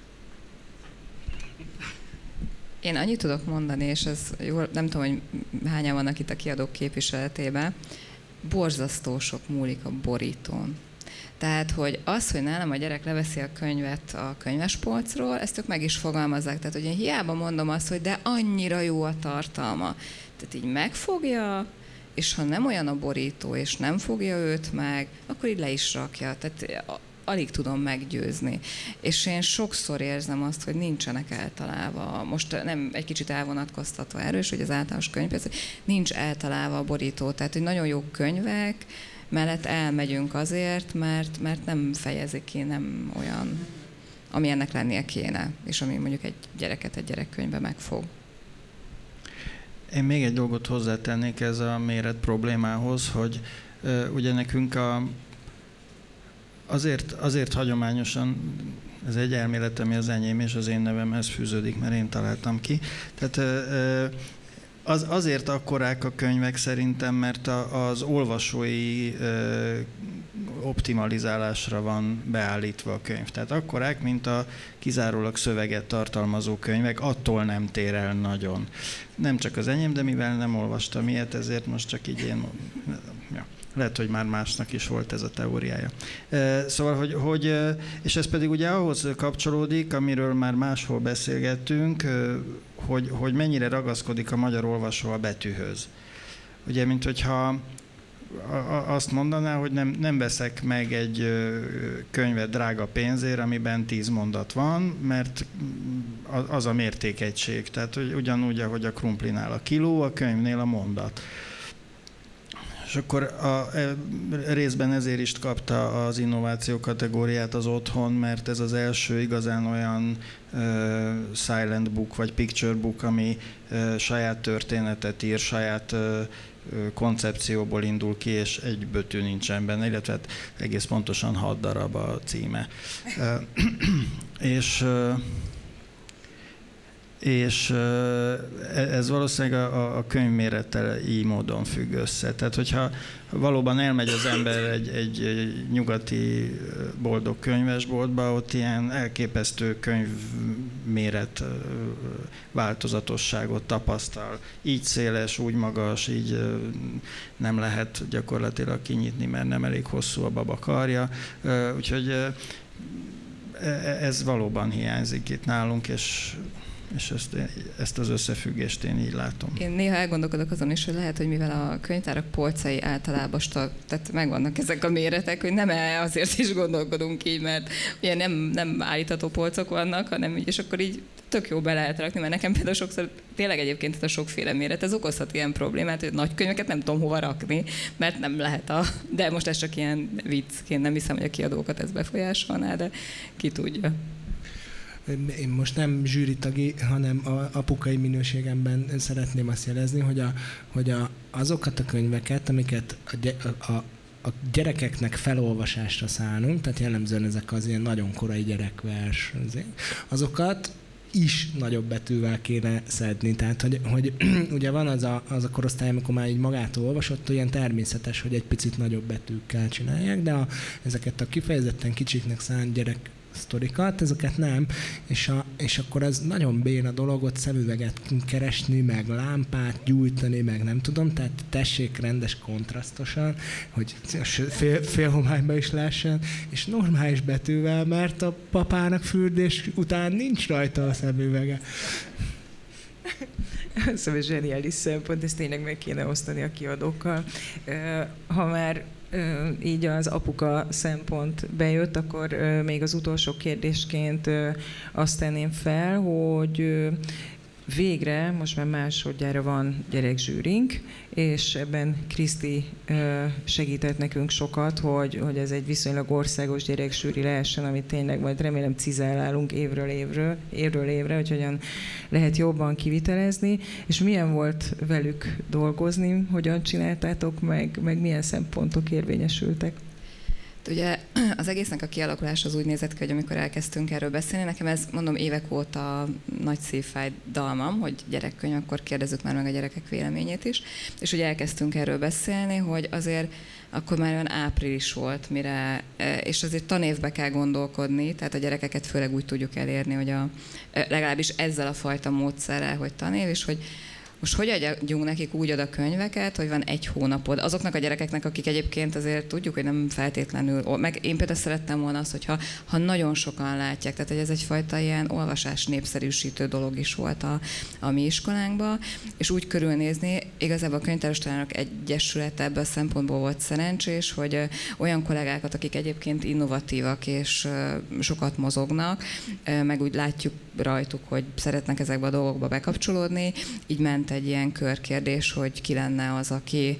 Én annyit tudok mondani, és ez jól, nem tudom, hogy hányan vannak itt a kiadók képviseletében, borzasztó sok múlik a borítón. Tehát, hogy az, hogy nálam a gyerek leveszi a könyvet a könyvespolcról, ezt ők meg is fogalmazzák. Tehát, hogy én hiába mondom azt, hogy de annyira jó a tartalma. Tehát így megfogja, és ha nem olyan a borító, és nem fogja őt meg, akkor így le is rakja. Tehát alig tudom meggyőzni. És én sokszor érzem azt, hogy nincsenek eltalálva, most nem egy kicsit elvonatkoztatva erős, hogy az általános könyvpiac, hogy nincs eltalálva a borító. Tehát, hogy nagyon jó könyvek mellett elmegyünk azért, mert nem fejezik ki, nem olyan, ami ennek lennie kéne, és ami mondjuk egy gyereket egy gyerekkönyvbe megfog. Én még egy dolgot hozzátennék ez a méret problémához, hogy ugye nekünk azért hagyományosan, ez egy elmélet, ami az enyém és az én nevemhez fűződik, mert én találtam ki. Tehát azért akkorák a könyvek szerintem, mert az olvasói optimalizálásra van beállítva a könyv. Tehát akkorák, mint a kizárólag szöveget tartalmazó könyvek, attól nem tér el nagyon. Nem csak az enyém, de mivel nem olvastam ilyet, ezért most csak így én... Ja. Lehet, hogy már másnak is volt ez a teóriája. Szóval, hogy és ez pedig ugye ahhoz kapcsolódik, amiről már máshol beszélgettünk, hogy mennyire ragaszkodik a magyar olvasó a betűhöz. Ugye, mint hogyha azt mondaná, hogy nem veszek meg egy könyvet drága pénzért, amiben 10 mondat van, mert az a mértékegység. Tehát ugyanúgy, ahogy a krumplinál a kiló, a könyvnél a mondat. És akkor részben ezért is kapta az innováció kategóriát az Otthon, mert ez az első igazán olyan silent book vagy picture book, ami saját történetet ír, saját koncepcióból indul ki, és egy bötű nincsen benne, illetve hát egész pontosan 6 darab a címe. És ez valószínűleg a könyvmérettel így módon függ össze. Tehát, hogyha valóban elmegy az ember egy nyugati boldog könyvesboltba, ott ilyen elképesztő könyvméret változatosságot tapasztal. Így széles, úgy magas, így nem lehet gyakorlatilag kinyitni, mert nem elég hosszú a baba karja. Úgyhogy ez valóban hiányzik itt nálunk, és ezt az összefüggést én így látom. Én néha elgondolkodok azon is, hogy lehet, hogy mivel a könyvtárak polcai általában tehát megvannak ezek a méretek, hogy nem azért is gondolkodunk így, mert ugye nem állítható polcok vannak, hanem így, és akkor így tök jó be lehet rakni, mert nekem például sokszor tényleg egyébként ez a sokféle méret, ez okozhat ilyen problémát, hogy nagy könyveket nem tudom hova rakni, mert nem lehet de most ez csak ilyen viccként, nem hiszem, hogy a kiadókat ez befolyásolná, de ki tudja. én most nem zsűritagi, hanem apukai minőségemben szeretném azt jelezni, hogy azokat a könyveket, amiket a gyerekeknek felolvasásra szánunk, tehát jellemzően ezek az ilyen nagyon korai gyerekvers, azokat is nagyobb betűvel kéne szedni. Tehát, hogy ugye van az a korosztály, amikor már így magától olvasott, olyan természetes, hogy egy picit nagyobb betűkkel csinálják, de ezeket a kifejezetten kicsiknek szánt gyerek sztorikat, ezeket nem, és akkor az nagyon béna dolog, ott szemüveget keresni, meg lámpát gyújtani, meg nem tudom, tehát tessék rendes kontrasztosan, hogy félhomályba is lehessen, és normális betűvel, mert a papának fürdés után nincs rajta a szemüvege. Szóval zseniális szempont, ezt tényleg meg kéne osztani a kiadókkal. Ha már így az apuka szempont bejött, akkor még az utolsó kérdésként azt tenném fel, hogy végre most már másodjára van gyerekzsűrink, és ebben Kriszti segített nekünk sokat, hogy ez egy viszonylag országos gyerekzsűri lehessen, amit tényleg majd remélem cizellálunk évről évre, hogy hogyan lehet jobban kivitelezni, és milyen volt velük dolgozni, hogyan csináltátok, meg milyen szempontok érvényesültek. Ugye az egésznek a kialakulás az úgy nézett ki, hogy amikor elkezdtünk erről beszélni, nekem ez, mondom, évek óta nagy szívfájdalmam, hogy gyerekkönyv, akkor kérdezzük már meg a gyerekek véleményét is. És ugye elkezdtünk erről beszélni, hogy azért akkor már olyan április volt, mire, és azért tanévbe kell gondolkodni, tehát a gyerekeket főleg úgy tudjuk elérni, hogy legalábbis ezzel a fajta módszerrel, hogy tanév, és hogy most hogy adjunk nekik úgy oda könyveket, hogy van egy hónapod. Azoknak a gyerekeknek, akik egyébként azért tudjuk, hogy nem feltétlenül, meg én például szerettem volna azt, hogyha nagyon sokan látják, tehát hogy ez egyfajta ilyen olvasás népszerűsítő dolog is volt a mi iskolánkban, és úgy körülnézni, igazából a Könyvtárostalanok Egyesülete ebből a szempontból volt szerencsés, hogy olyan kollégákat, akik egyébként innovatívak és sokat mozognak, meg úgy látjuk rajtuk, hogy szeretnek ezekbe a dolgokba bekapcsolódni, így ment egy ilyen körkérdés, hogy ki lenne az, aki...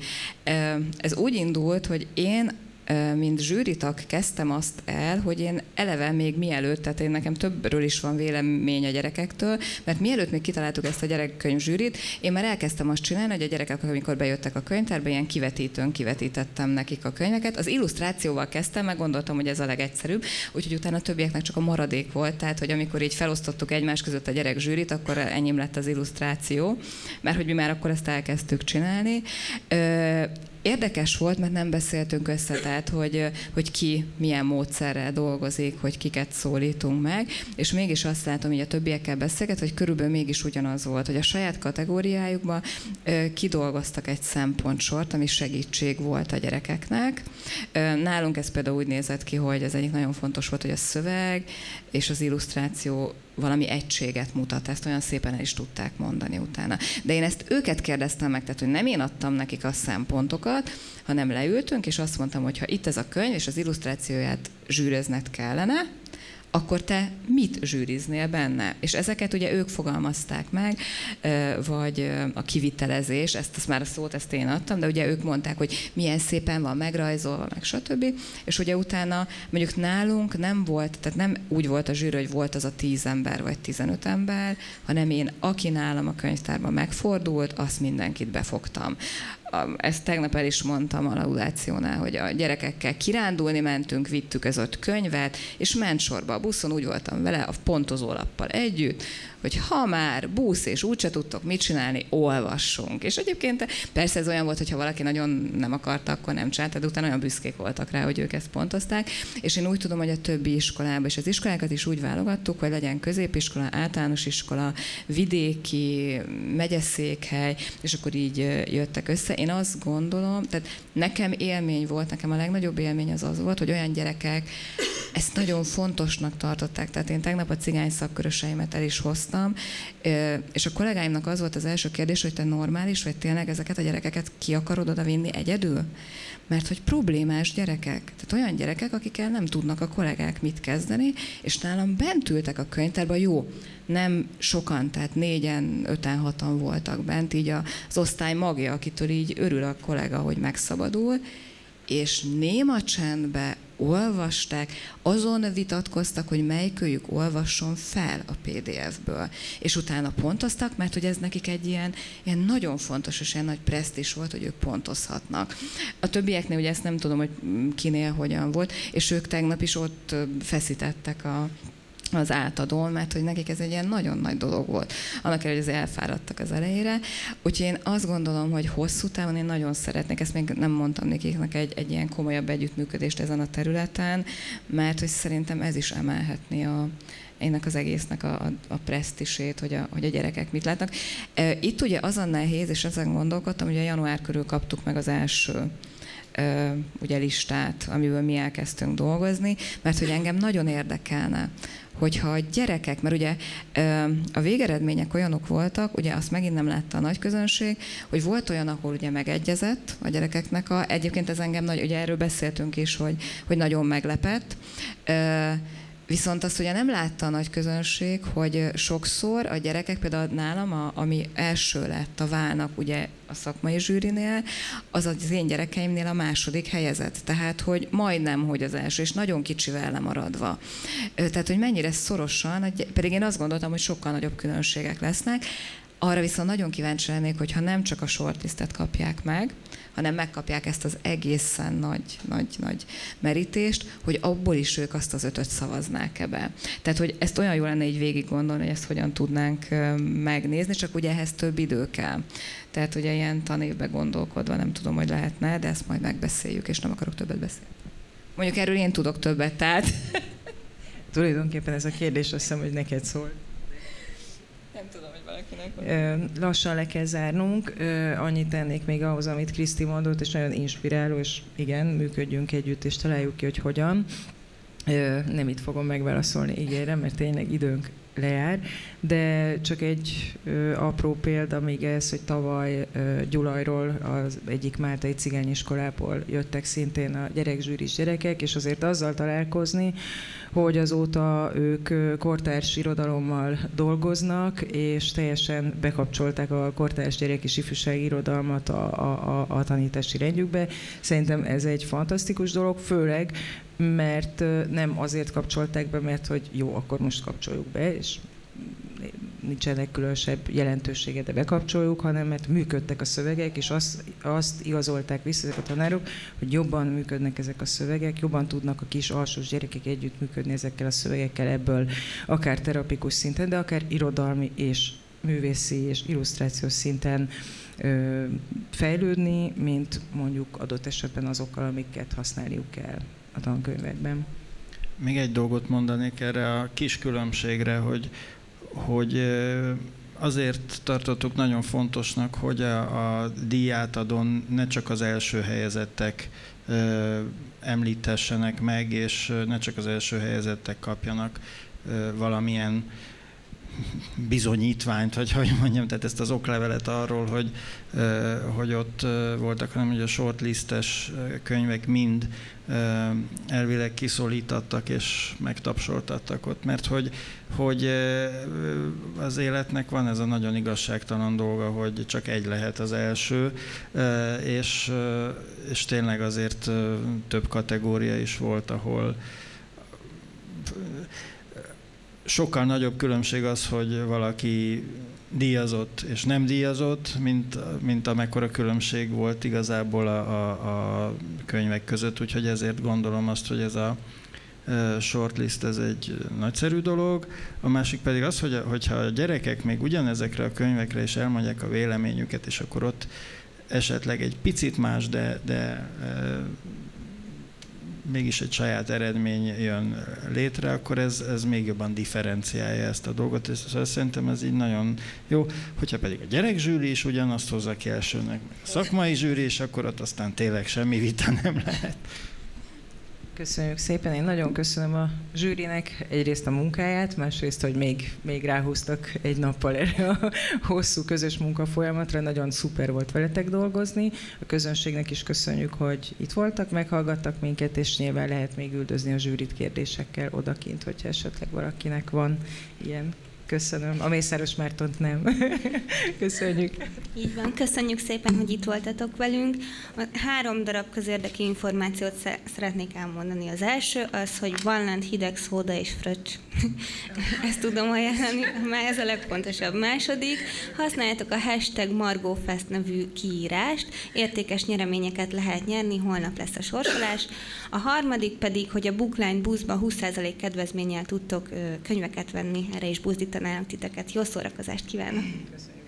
Ez úgy indult, hogy én, mint zsűritag kezdtem azt el, hogy én eleve még mielőtt, tehát én nekem többről is van vélemény a gyerekektől, mert mielőtt még kitaláltuk ezt a gyerekkönyv zsűrit, én már elkezdtem azt csinálni, hogy a gyerekek, amikor bejöttek a könyvtárba, ilyen kivetítettem nekik a könyveket. Az illusztrációval kezdtem, meg gondoltam, hogy ez a legegyszerűbb, úgyhogy utána a többieknek csak a maradék volt, tehát hogy amikor így felosztottuk egymás között a gyerek zsűrit, akkor enyém lett az illusztráció, mert hogy mi már akkor ezt elkezdtük csinálni. Érdekes volt, mert nem beszéltünk össze, tehát, hogy ki milyen módszerrel dolgozik, hogy kiket szólítunk meg, és mégis azt látom, hogy a többiekkel beszélgetve, hogy körülbelül mégis ugyanaz volt, hogy a saját kategóriájukban kidolgoztak egy szempontsort, ami segítség volt a gyerekeknek. Nálunk ez például úgy nézett ki, hogy ez egyik nagyon fontos volt, hogy a szöveg és az illusztráció valami egységet mutat, ezt olyan szépen el is tudták mondani utána. De én ezt őket kérdeztem meg, tehát hogy nem én adtam nekik a szempontokat, hanem leültünk, és azt mondtam, hogy ha itt ez a könyv, és az illusztrációját zsűrözned kellene, akkor te mit zsűriznél benne? És ezeket ugye ők fogalmazták meg, vagy a kivitelezés, ezt már a szót ezt én adtam, de ugye ők mondták, hogy milyen szépen van megrajzolva, meg stb. És ugye utána mondjuk nálunk nem volt, tehát nem úgy volt a zsűri, hogy volt az a 10 ember, vagy 15 ember, hanem én, aki nálam a könyvtárban megfordult, azt mindenkit befogtam. Ezt tegnap el is mondtam a laudációnál, hogy a gyerekekkel kirándulni mentünk, vittük az 5 könyvet, és ment sorba a buszon, úgy voltam vele a pontozólappal együtt, hogy ha már busz, és úgyse tudtok mit csinálni, olvassunk. És egyébként persze ez olyan volt, hogy ha valaki nagyon nem akarta, akkor nem csinálta, de utána olyan büszkék voltak rá, hogy ők ezt pontozták. És én úgy tudom, hogy a többi iskolában, és az iskolákat is úgy válogattuk, hogy legyen középiskola, általános iskola, vidéki, megyeszékhely, és akkor így jöttek össze. Én azt gondolom, tehát nekem élmény volt, nekem a legnagyobb élmény az volt, hogy olyan gyerekek ezt nagyon fontosnak tartották. Tehát én tegnap a cigány szakköröseimet el is hoztam, és a kollégáimnak az volt az első kérdés, hogy te normális, vagy tényleg ezeket a gyerekeket ki akarod oda vinni egyedül? Mert hogy problémás gyerekek, tehát olyan gyerekek, akikkel nem tudnak a kollégák mit kezdeni, és nálam bent ültek a könyvtárban, jó, nem sokan, tehát 4-en, 5-en, 6-an voltak bent, így az osztály magja, akitől így örül a kollega, hogy megszabadul, és néma csendbe olvasták, azon vitatkoztak, hogy melyikőjük olvasson fel a PDF-ből. És utána pontoztak, mert hogy ez nekik egy ilyen nagyon fontos és ilyen nagy presztízs volt, hogy ők pontozhatnak. A többieknél ugye ezt nem tudom, hogy kinél hogyan volt, és ők tegnap is ott feszítettek az átadón, mert hogy nekik ez egy ilyen nagyon nagy dolog volt. Annak ellenére, hogy az elfáradtak az elejére. Úgyhogy én azt gondolom, hogy hosszú távon én nagyon szeretnék, ezt még nem mondtam nekiknek, egy ilyen komolyabb együttműködést ezen a területen, mert hogy szerintem ez is emelhetné ennek az egésznek a presztisét, hogy a gyerekek mit látnak. Itt ugye az a nehéz, és ezen gondolkodtam, hogy a január körül kaptuk meg az első ugye listát, amiből mi elkezdtünk dolgozni, mert hogy engem nagyon érdekelne, hogyha a gyerekek, mert ugye a végeredmények olyanok voltak, ugye azt megint nem látta a nagy közönség, hogy volt olyan, ahol ugye megegyezett a gyerekeknek egyébként ez engem ugye erről beszéltünk is, hogy nagyon meglepett, viszont azt ugye nem látta a nagy közönség, hogy sokszor a gyerekek, például nálam, ami első lett a válnak ugye a szakmai zsűrinél, az én gyerekeimnél a második helyezett. Tehát, hogy majdnem, hogy az első, és nagyon kicsivel lemaradva. Tehát, hogy mennyire szorosan, pedig én azt gondoltam, hogy sokkal nagyobb különbségek lesznek. Arra viszont nagyon kíváncsi lennék, hogyha nem csak a shortlistet kapják meg, hanem megkapják ezt az egészen nagy merítést, hogy abból is ők azt az 5-öt szavaznák be. Tehát, hogy ezt olyan jó lenne így végig gondolni, hogy ezt hogyan tudnánk megnézni, csak ugye ehhez több idő kell. Tehát ugye ilyen tanévbe gondolkodva nem tudom, hogy lehetne, de ezt majd megbeszéljük, és nem akarok többet beszélni. Mondjuk erről én tudok többet, tehát... Tulajdonképpen ez a kérdés azt hiszem, hogy neked szól. Nem tudom, hogy valakinek... Lassan le kell zárnunk. Annyit tennék még ahhoz, amit Kriszti mondott, és nagyon inspiráló, és igen, működjünk együtt, és találjuk ki, hogy hogyan. Nem itt fogom megválaszolni, ígérem, mert tényleg időnk lejár, de csak egy apró példa még ez, hogy tavaly Gyulajról, az egyik máltai cigányiskolából jöttek szintén a gyerekzsűris gyerekek, és azért azzal találkozni, hogy azóta ők kortárs irodalommal dolgoznak, és teljesen bekapcsolták a kortárs gyerek és ifjúsági irodalmat a tanítási rendjükbe. Szerintem ez egy fantasztikus dolog, főleg, mert nem azért kapcsolták be, mert hogy jó, akkor most kapcsoljuk be, és nincsenek különösebb jelentősége, de bekapcsoljuk, hanem mert működtek a szövegek, és azt igazolták vissza ezek a tanárok, hogy jobban működnek ezek a szövegek, jobban tudnak a kis alsós gyerekek együttműködni ezekkel a szövegekkel, ebből akár terapikus szinten, de akár irodalmi és művészi és illusztrációs szinten fejlődni, mint mondjuk adott esetben azokkal, amiket használniuk kell a tankönyvekben. Még egy dolgot mondanék erre a kis különbségre, hogy azért tartottuk nagyon fontosnak, hogy a díjátadón ne csak az első helyezettek említessenek meg, és ne csak az első helyezettek kapjanak valamilyen bizonyítványt, vagy hogy mondjam, tehát ezt az oklevelet arról, hogy ott voltak, hanem hogy a shortlistes könyvek mind elvileg kiszólítottak és megtapsoltattak ott, mert hogy az életnek van ez a nagyon igazságtalan dolga, hogy csak egy lehet az első, és tényleg azért több kategória is volt, ahol sokkal nagyobb különbség az, hogy valaki díjazott és nem díjazott, mint amekkora különbség volt igazából a könyvek között, úgyhogy ezért gondolom azt, hogy ez a shortlist ez egy nagyszerű dolog. A másik pedig az, hogyha a gyerekek még ugyanezekre a könyvekre is elmondják a véleményüket, és akkor ott esetleg egy picit más, de mégis egy saját eredmény jön létre, akkor ez még jobban differenciálja ezt a dolgot, és szerintem ez így nagyon jó. Hogyha pedig a gyerekzsűri is ugyanazt hozza ki elsőnek, meg a szakmai zsűri is, akkor ott aztán tényleg semmi vita nem lehet. Köszönjük szépen, én nagyon köszönöm a zsűrinek egyrészt a munkáját, másrészt, hogy még ráhúztak egy nappal erre a hosszú közös munkafolyamatra, nagyon szuper volt veletek dolgozni. A közönségnek is köszönjük, hogy itt voltak, meghallgattak minket, és nyilván lehet még üldözni a zsűrit kérdésekkel odakint, hogyha esetleg valakinek van ilyen Köszönöm. A Mészáros Mártont nem. Köszönjük. Így van, köszönjük szépen, hogy itt voltatok velünk. 3 darab közérdekű információt szeretnék elmondani. Az első az, hogy van lent hideg szóda és fröccs. Ezt tudom ajánlani, már ez a legfontosabb. Második, használjátok a hashtag MargóFest nevű kiírást, értékes nyereményeket lehet nyerni, holnap lesz a sorsolás. A harmadik pedig, hogy a Bookline buszba 20% kedvezménnyel tudtok könyveket venni, erre is buzdítanálok titeket. Jó szórakozást kívánok! Köszönjük.